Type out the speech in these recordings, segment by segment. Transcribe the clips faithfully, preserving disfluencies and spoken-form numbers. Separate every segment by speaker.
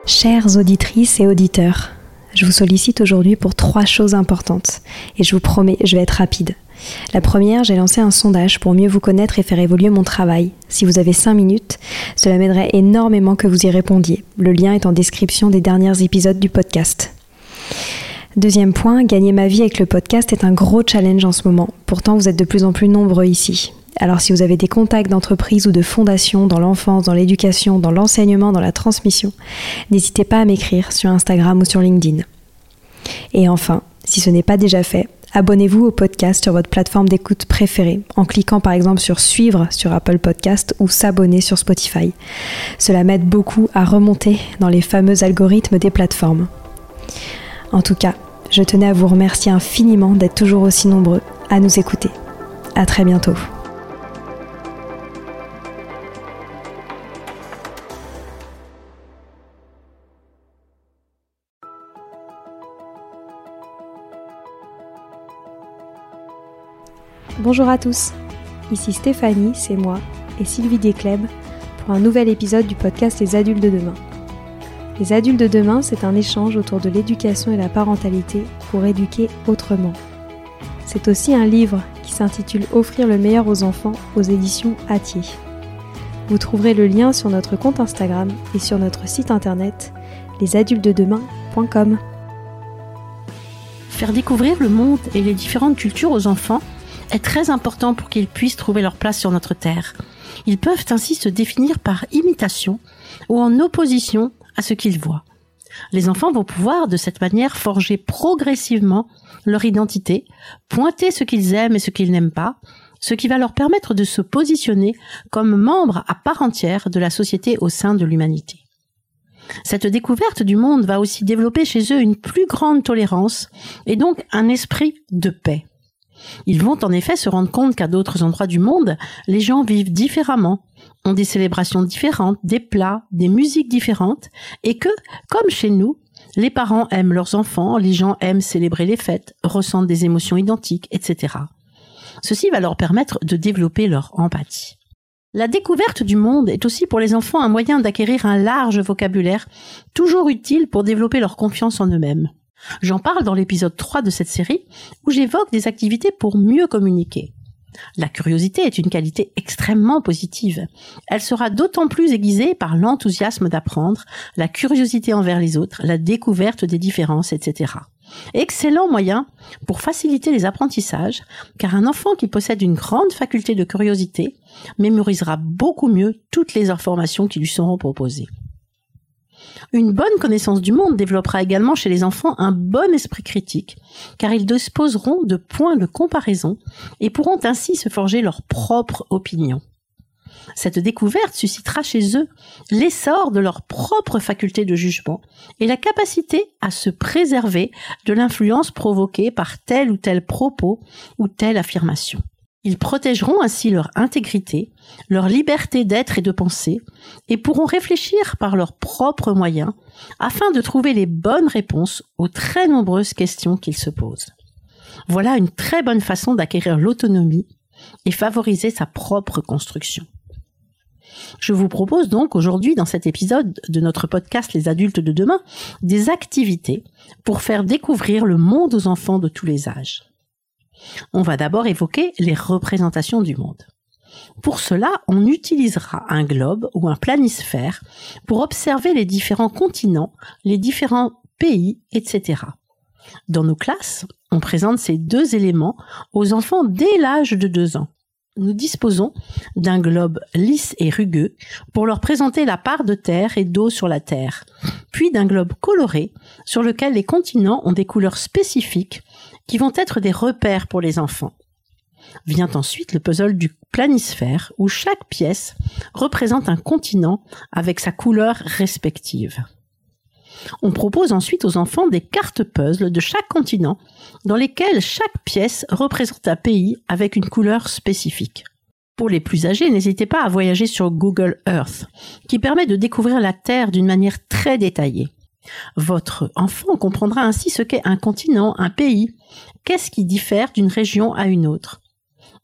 Speaker 1: Chères auditrices et auditeurs, je vous sollicite aujourd'hui pour trois choses importantes et je vous promets, je vais être rapide. La première, j'ai lancé un sondage pour mieux vous connaître et faire évoluer mon travail. Si vous avez cinq minutes, cela m'aiderait énormément que vous y répondiez. Le lien est en description des derniers épisodes du podcast. Deuxième point, gagner ma vie avec le podcast est un gros challenge en ce moment. Pourtant, vous êtes de plus en plus nombreux ici. Alors si vous avez des contacts d'entreprises ou de fondations dans l'enfance, dans l'éducation, dans l'enseignement, dans la transmission, n'hésitez pas à m'écrire sur Instagram ou sur LinkedIn. Et enfin, si ce n'est pas déjà fait, abonnez-vous au podcast sur votre plateforme d'écoute préférée en cliquant par exemple sur suivre sur Apple Podcast ou s'abonner sur Spotify. Cela m'aide beaucoup à remonter dans les fameux algorithmes des plateformes. En tout cas, je tenais à vous remercier infiniment d'être toujours aussi nombreux à nous écouter. À très bientôt. Bonjour à tous, ici Stéphanie, c'est moi, et Sylvie Descleb pour un nouvel épisode du podcast Les Adultes de demain. Les Adultes de demain, c'est un échange autour de l'éducation et la parentalité pour éduquer autrement. C'est aussi un livre qui s'intitule Offrir le meilleur aux enfants aux éditions Hatier. Vous trouverez le lien sur notre compte Instagram et sur notre site internet les adultes de demain point com.
Speaker 2: Faire découvrir le monde et les différentes cultures aux enfants est très important pour qu'ils puissent trouver leur place sur notre terre. Ils peuvent ainsi se définir par imitation ou en opposition à ce qu'ils voient. Les enfants vont pouvoir de cette manière forger progressivement leur identité, pointer ce qu'ils aiment et ce qu'ils n'aiment pas, ce qui va leur permettre de se positionner comme membres à part entière de la société au sein de l'humanité. Cette découverte du monde va aussi développer chez eux une plus grande tolérance et donc un esprit de paix. Ils vont en effet se rendre compte qu'à d'autres endroits du monde, les gens vivent différemment, ont des célébrations différentes, des plats, des musiques différentes, et que, comme chez nous, les parents aiment leurs enfants, les gens aiment célébrer les fêtes, ressentent des émotions identiques, et cetera. Ceci va leur permettre de développer leur empathie. La découverte du monde est aussi pour les enfants un moyen d'acquérir un large vocabulaire, toujours utile pour développer leur confiance en eux-mêmes. J'en parle dans l'épisode trois de cette série où j'évoque des activités pour mieux communiquer. La curiosité est une qualité extrêmement positive. Elle sera d'autant plus aiguisée par l'enthousiasme d'apprendre, la curiosité envers les autres, la découverte des différences, et cetera. Excellent moyen pour faciliter les apprentissages, car un enfant qui possède une grande faculté de curiosité mémorisera beaucoup mieux toutes les informations qui lui seront proposées. Une bonne connaissance du monde développera également chez les enfants un bon esprit critique, car ils disposeront de points de comparaison et pourront ainsi se forger leur propre opinion. Cette découverte suscitera chez eux l'essor de leur propre faculté de jugement et la capacité à se préserver de l'influence provoquée par tel ou tel propos ou telle affirmation. Ils protégeront ainsi leur intégrité, leur liberté d'être et de penser, et pourront réfléchir par leurs propres moyens afin de trouver les bonnes réponses aux très nombreuses questions qu'ils se posent. Voilà une très bonne façon d'acquérir l'autonomie et favoriser sa propre construction. Je vous propose donc aujourd'hui dans cet épisode de notre podcast Les Adultes de demain des activités pour faire découvrir le monde aux enfants de tous les âges. On va d'abord évoquer les représentations du monde. Pour cela, on utilisera un globe ou un planisphère pour observer les différents continents, les différents pays, et cetera. Dans nos classes, on présente ces deux éléments aux enfants dès l'âge de deux ans. Nous disposons d'un globe lisse et rugueux pour leur présenter la part de terre et d'eau sur la Terre, puis d'un globe coloré sur lequel les continents ont des couleurs spécifiques qui vont être des repères pour les enfants. Vient ensuite le puzzle du planisphère où chaque pièce représente un continent avec sa couleur respective. On propose ensuite aux enfants des cartes puzzle de chaque continent dans lesquelles chaque pièce représente un pays avec une couleur spécifique. Pour les plus âgés, n'hésitez pas à voyager sur Google Earth, qui permet de découvrir la Terre d'une manière très détaillée. Votre enfant comprendra ainsi ce qu'est un continent, un pays, qu'est-ce qui diffère d'une région à une autre.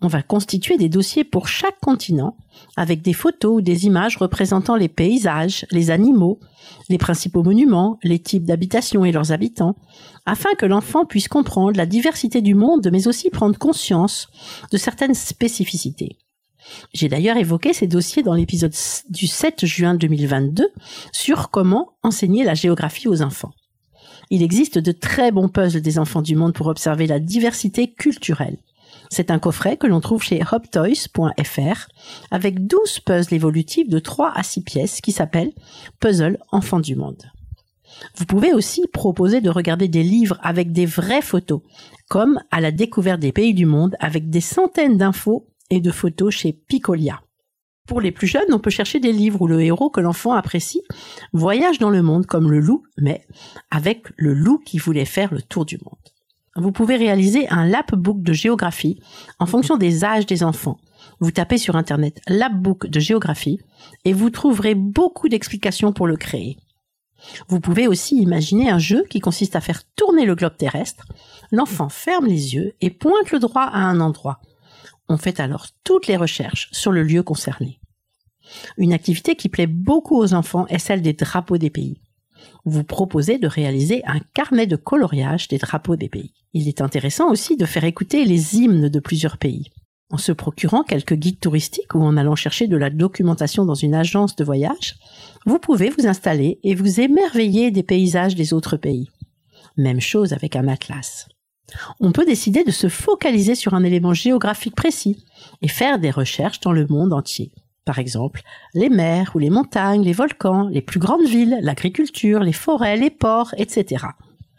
Speaker 2: On va constituer des dossiers pour chaque continent avec des photos ou des images représentant les paysages, les animaux, les principaux monuments, les types d'habitations et leurs habitants, afin que l'enfant puisse comprendre la diversité du monde, mais aussi prendre conscience de certaines spécificités. J'ai d'ailleurs évoqué ces dossiers dans l'épisode du sept juin deux mille vingt-deux sur comment enseigner la géographie aux enfants. Il existe de très bons puzzles des enfants du monde pour observer la diversité culturelle. C'est un coffret que l'on trouve chez hoptoys point f r avec douze puzzles évolutifs de trois à six pièces qui s'appellent Puzzle Enfants du Monde. Vous pouvez aussi proposer de regarder des livres avec des vraies photos, comme À la découverte des pays du monde avec des centaines d'infos et de photos chez Picolia. Pour les plus jeunes, on peut chercher des livres où le héros que l'enfant apprécie voyage dans le monde comme le loup, mais avec le loup qui voulait faire le tour du monde. Vous pouvez réaliser un lapbook de géographie en fonction des âges des enfants. Vous tapez sur internet lapbook de géographie et vous trouverez beaucoup d'explications pour le créer. Vous pouvez aussi imaginer un jeu qui consiste à faire tourner le globe terrestre. L'enfant ferme les yeux et pointe le doigt à un endroit. On fait alors toutes les recherches sur le lieu concerné. Une activité qui plaît beaucoup aux enfants est celle des drapeaux des pays. Vous proposez de réaliser un carnet de coloriage des drapeaux des pays. Il est intéressant aussi de faire écouter les hymnes de plusieurs pays. En se procurant quelques guides touristiques ou en allant chercher de la documentation dans une agence de voyage, vous pouvez vous installer et vous émerveiller des paysages des autres pays. Même chose avec un atlas. On peut décider de se focaliser sur un élément géographique précis et faire des recherches dans le monde entier. Par exemple, les mers ou les montagnes, les volcans, les plus grandes villes, l'agriculture, les forêts, les ports, et cetera.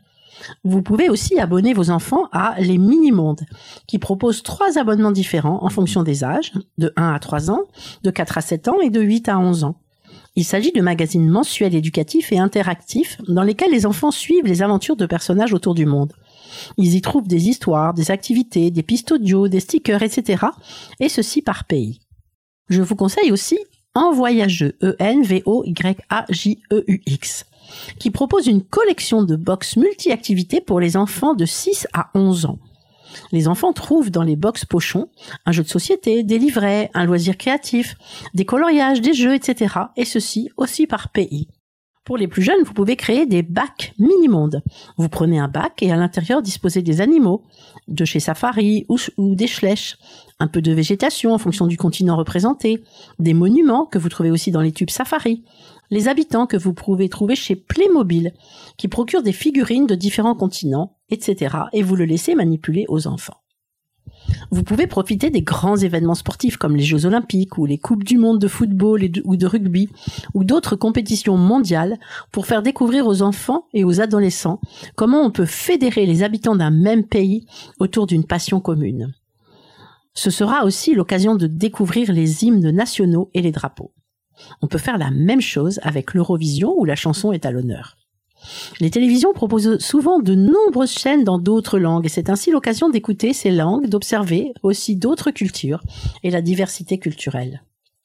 Speaker 2: Vous pouvez aussi abonner vos enfants à Les Mini-Mondes, qui proposent trois abonnements différents en fonction des âges, de un à trois ans, de quatre à sept ans et de huit à onze ans. Il s'agit de magazines mensuels éducatifs et interactifs dans lesquels les enfants suivent les aventures de personnages autour du monde. Ils y trouvent des histoires, des activités, des pistes audio, des stickers, et cetera. Et ceci par pays. Je vous conseille aussi Envoyageux, E N V O Y A J E U X, qui propose une collection de box multi-activités pour les enfants de six à onze ans. Les enfants trouvent dans les box pochons un jeu de société, des livrets, un loisir créatif, des coloriages, des jeux, et cetera. Et ceci aussi par pays. Pour les plus jeunes, vous pouvez créer des bacs mini-mondes. Vous prenez un bac et à l'intérieur disposez des animaux, de chez Safari ou, ou des Schleich, un peu de végétation en fonction du continent représenté, des monuments que vous trouvez aussi dans les tubes Safari, les habitants que vous pouvez trouver chez Playmobil, qui procurent des figurines de différents continents, et cetera. Et vous le laissez manipuler aux enfants. Vous pouvez profiter des grands événements sportifs comme les Jeux Olympiques ou les Coupes du Monde de football et de, ou de rugby ou d'autres compétitions mondiales pour faire découvrir aux enfants et aux adolescents comment on peut fédérer les habitants d'un même pays autour d'une passion commune. Ce sera aussi l'occasion de découvrir les hymnes nationaux et les drapeaux. On peut faire la même chose avec l'Eurovision où la chanson est à l'honneur. Les télévisions proposent souvent de nombreuses chaînes dans d'autres langues et c'est ainsi l'occasion d'écouter ces langues, d'observer aussi d'autres cultures et la diversité culturelle.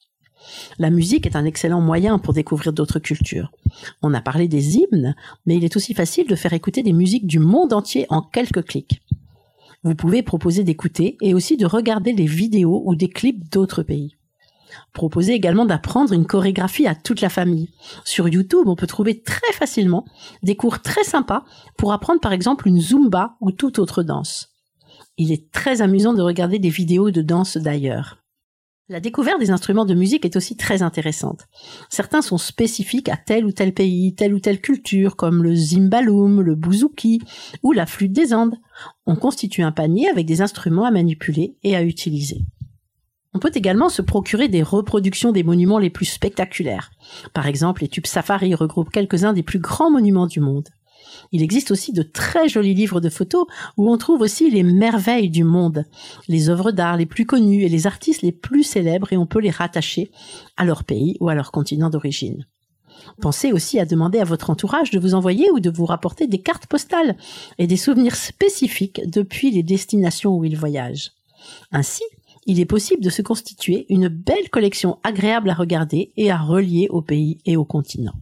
Speaker 2: La musique est un excellent moyen pour découvrir d'autres cultures. On a parlé des hymnes, mais il est aussi facile de faire écouter des musiques du monde entier en quelques clics. Vous pouvez proposer d'écouter et aussi de regarder des vidéos ou des clips d'autres pays. Proposez également d'apprendre une chorégraphie à toute la famille. Sur YouTube, on peut trouver très facilement des cours très sympas pour apprendre par exemple une Zumba ou toute autre danse. Il est très amusant de regarder des vidéos de danse d'ailleurs. La découverte des instruments de musique est aussi très intéressante. Certains sont spécifiques à tel ou tel pays, telle ou telle culture, comme le zimbaloum, le bouzouki ou la flûte des Andes. On constitue un panier avec des instruments à manipuler et à utiliser. On peut également se procurer des reproductions des monuments les plus spectaculaires. Par exemple, les tubes Safari regroupent quelques-uns des plus grands monuments du monde. Il existe aussi de très jolis livres de photos où on trouve aussi les merveilles du monde, les œuvres d'art les plus connues et les artistes les plus célèbres et on peut les rattacher à leur pays ou à leur continent d'origine. Pensez aussi à demander à votre entourage de vous envoyer ou de vous rapporter des cartes postales et des souvenirs spécifiques depuis les destinations où ils voyagent. Ainsi, il est possible de se constituer une belle collection agréable à regarder et à relier au pays et au continent.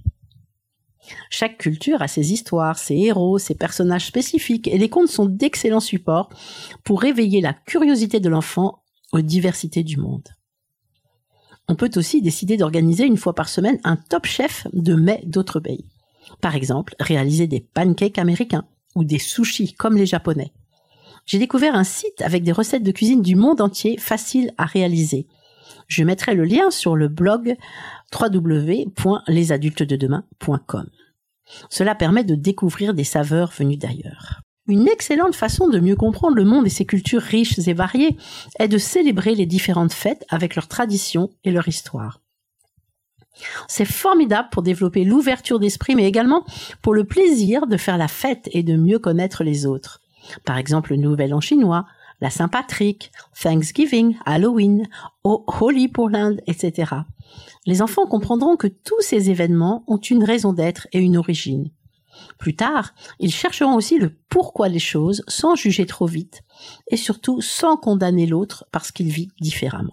Speaker 2: Chaque culture a ses histoires, ses héros, ses personnages spécifiques et les contes sont d'excellents supports pour réveiller la curiosité de l'enfant aux diversités du monde. On peut aussi décider d'organiser une fois par semaine un top chef de mets d'autres pays. Par exemple, réaliser des pancakes américains ou des sushis comme les Japonais. J'ai découvert un site avec des recettes de cuisine du monde entier faciles à réaliser. Je mettrai le lien sur le blog w w w point les adultes de demain point com. Cela permet de découvrir des saveurs venues d'ailleurs. Une excellente façon de mieux comprendre le monde et ses cultures riches et variées est de célébrer les différentes fêtes avec leurs traditions et leur histoire. C'est formidable pour développer l'ouverture d'esprit, mais également pour le plaisir de faire la fête et de mieux connaître les autres. Par exemple, le Nouvel An chinois, la Saint-Patrick, Thanksgiving, Halloween, Holi pour l'Inde, et cetera. Les enfants comprendront que tous ces événements ont une raison d'être et une origine. Plus tard, ils chercheront aussi le pourquoi des choses sans juger trop vite et surtout sans condamner l'autre parce qu'il vit différemment.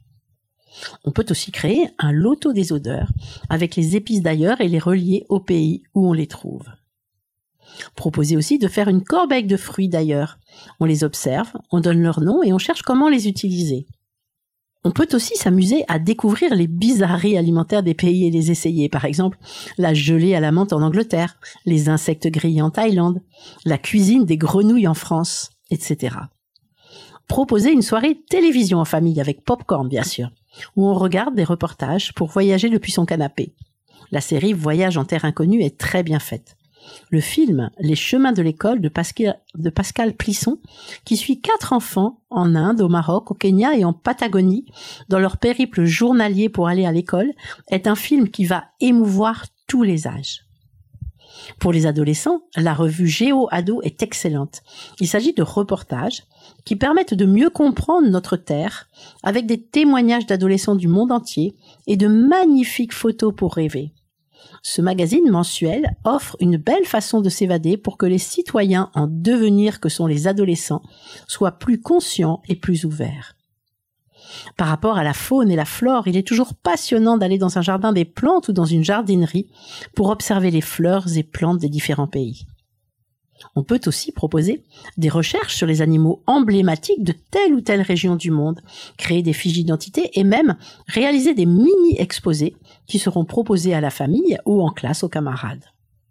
Speaker 2: On peut aussi créer un loto des odeurs avec les épices d'ailleurs et les relier au pays où on les trouve. Proposez aussi de faire une corbeille de fruits d'ailleurs. On les observe, on donne leur nom et on cherche comment les utiliser. On peut aussi s'amuser à découvrir les bizarreries alimentaires des pays et les essayer. Par exemple, la gelée à la menthe en Angleterre, les insectes grillés en Thaïlande, la cuisine des grenouilles en France, et cetera. Proposez une soirée télévision en famille avec popcorn bien sûr, où on regarde des reportages pour voyager depuis son canapé. La série Voyage en terre inconnue est très bien faite. Le film Les chemins de l'école de Pascal, de Pascal Plisson, qui suit quatre enfants en Inde, au Maroc, au Kenya et en Patagonie, dans leur périple journalier pour aller à l'école, est un film qui va émouvoir tous les âges. Pour les adolescents, la revue Géo Ado est excellente. Il s'agit de reportages qui permettent de mieux comprendre notre terre, avec des témoignages d'adolescents du monde entier et de magnifiques photos pour rêver. Ce magazine mensuel offre une belle façon de s'évader pour que les citoyens en devenir que sont les adolescents soient plus conscients et plus ouverts. Par rapport à la faune et la flore, il est toujours passionnant d'aller dans un jardin des plantes ou dans une jardinerie pour observer les fleurs et plantes des différents pays. On peut aussi proposer des recherches sur les animaux emblématiques de telle ou telle région du monde, créer des fiches d'identité et même réaliser des mini-exposés qui seront proposés à la famille ou en classe aux camarades.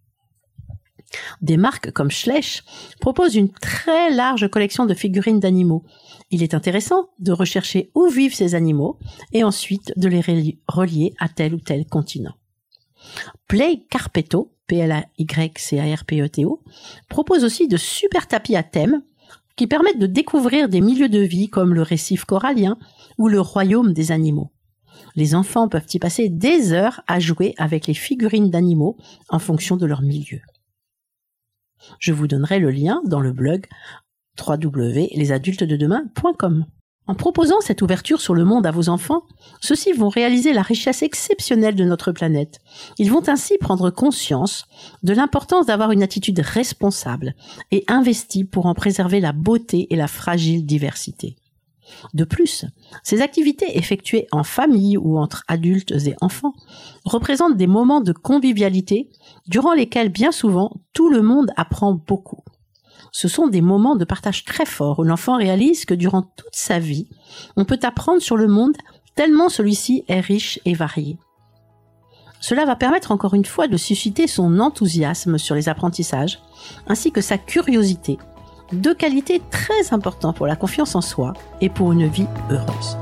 Speaker 2: Des marques comme Schleich proposent une très large collection de figurines d'animaux. Il est intéressant de rechercher où vivent ces animaux et ensuite de les relier à tel ou tel continent. Play Carpeto, P L A Y C A R P E T O, propose aussi de super tapis à thème qui permettent de découvrir des milieux de vie comme le récif corallien ou le royaume des animaux. Les enfants peuvent y passer des heures à jouer avec les figurines d'animaux en fonction de leur milieu. Je vous donnerai le lien dans le blog w w w point les adultes de demain point com. En proposant cette ouverture sur le monde à vos enfants, ceux-ci vont réaliser la richesse exceptionnelle de notre planète. Ils vont ainsi prendre conscience de l'importance d'avoir une attitude responsable et investie pour en préserver la beauté et la fragile diversité. De plus, ces activités effectuées en famille ou entre adultes et enfants représentent des moments de convivialité durant lesquels bien souvent tout le monde apprend beaucoup. Ce sont des moments de partage très forts où l'enfant réalise que durant toute sa vie, on peut apprendre sur le monde tellement celui-ci est riche et varié. Cela va permettre encore une fois de susciter son enthousiasme sur les apprentissages, ainsi que sa curiosité, deux qualités très importantes pour la confiance en soi et pour une vie heureuse.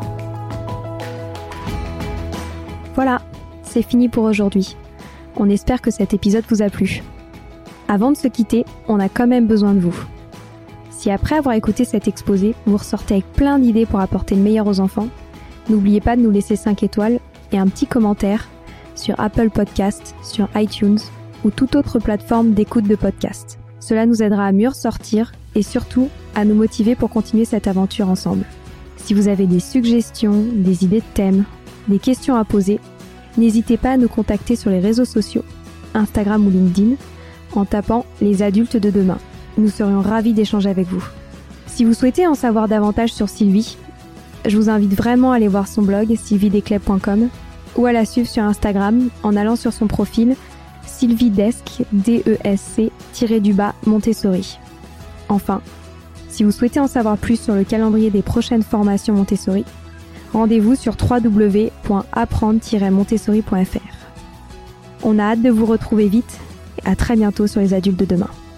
Speaker 1: Voilà, c'est fini pour aujourd'hui. On espère que cet épisode vous a plu. Avant de se quitter, on a quand même besoin de vous. Si après avoir écouté cet exposé, vous ressortez avec plein d'idées pour apporter le meilleur aux enfants, n'oubliez pas de nous laisser cinq étoiles et un petit commentaire sur Apple Podcasts, sur iTunes ou toute autre plateforme d'écoute de podcast. Cela nous aidera à mieux ressortir et surtout à nous motiver pour continuer cette aventure ensemble. Si vous avez des suggestions, des idées de thèmes, des questions à poser, n'hésitez pas à nous contacter sur les réseaux sociaux, Instagram ou LinkedIn, en tapant « Les adultes de demain ». Nous serions ravis d'échanger avec vous. Si vous souhaitez en savoir davantage sur Sylvie, je vous invite vraiment à aller voir son blog sylvie desclés point com ou à la suivre sur Instagram en allant sur son profil sylviedesc, D E S C, tiré du bas, Montessori. Enfin, Si vous souhaitez en savoir plus sur le calendrier des prochaines formations Montessori, rendez-vous sur w w w point apprendre tiret montessori point f r. On a hâte de vous retrouver vite et à très bientôt sur les adultes de demain.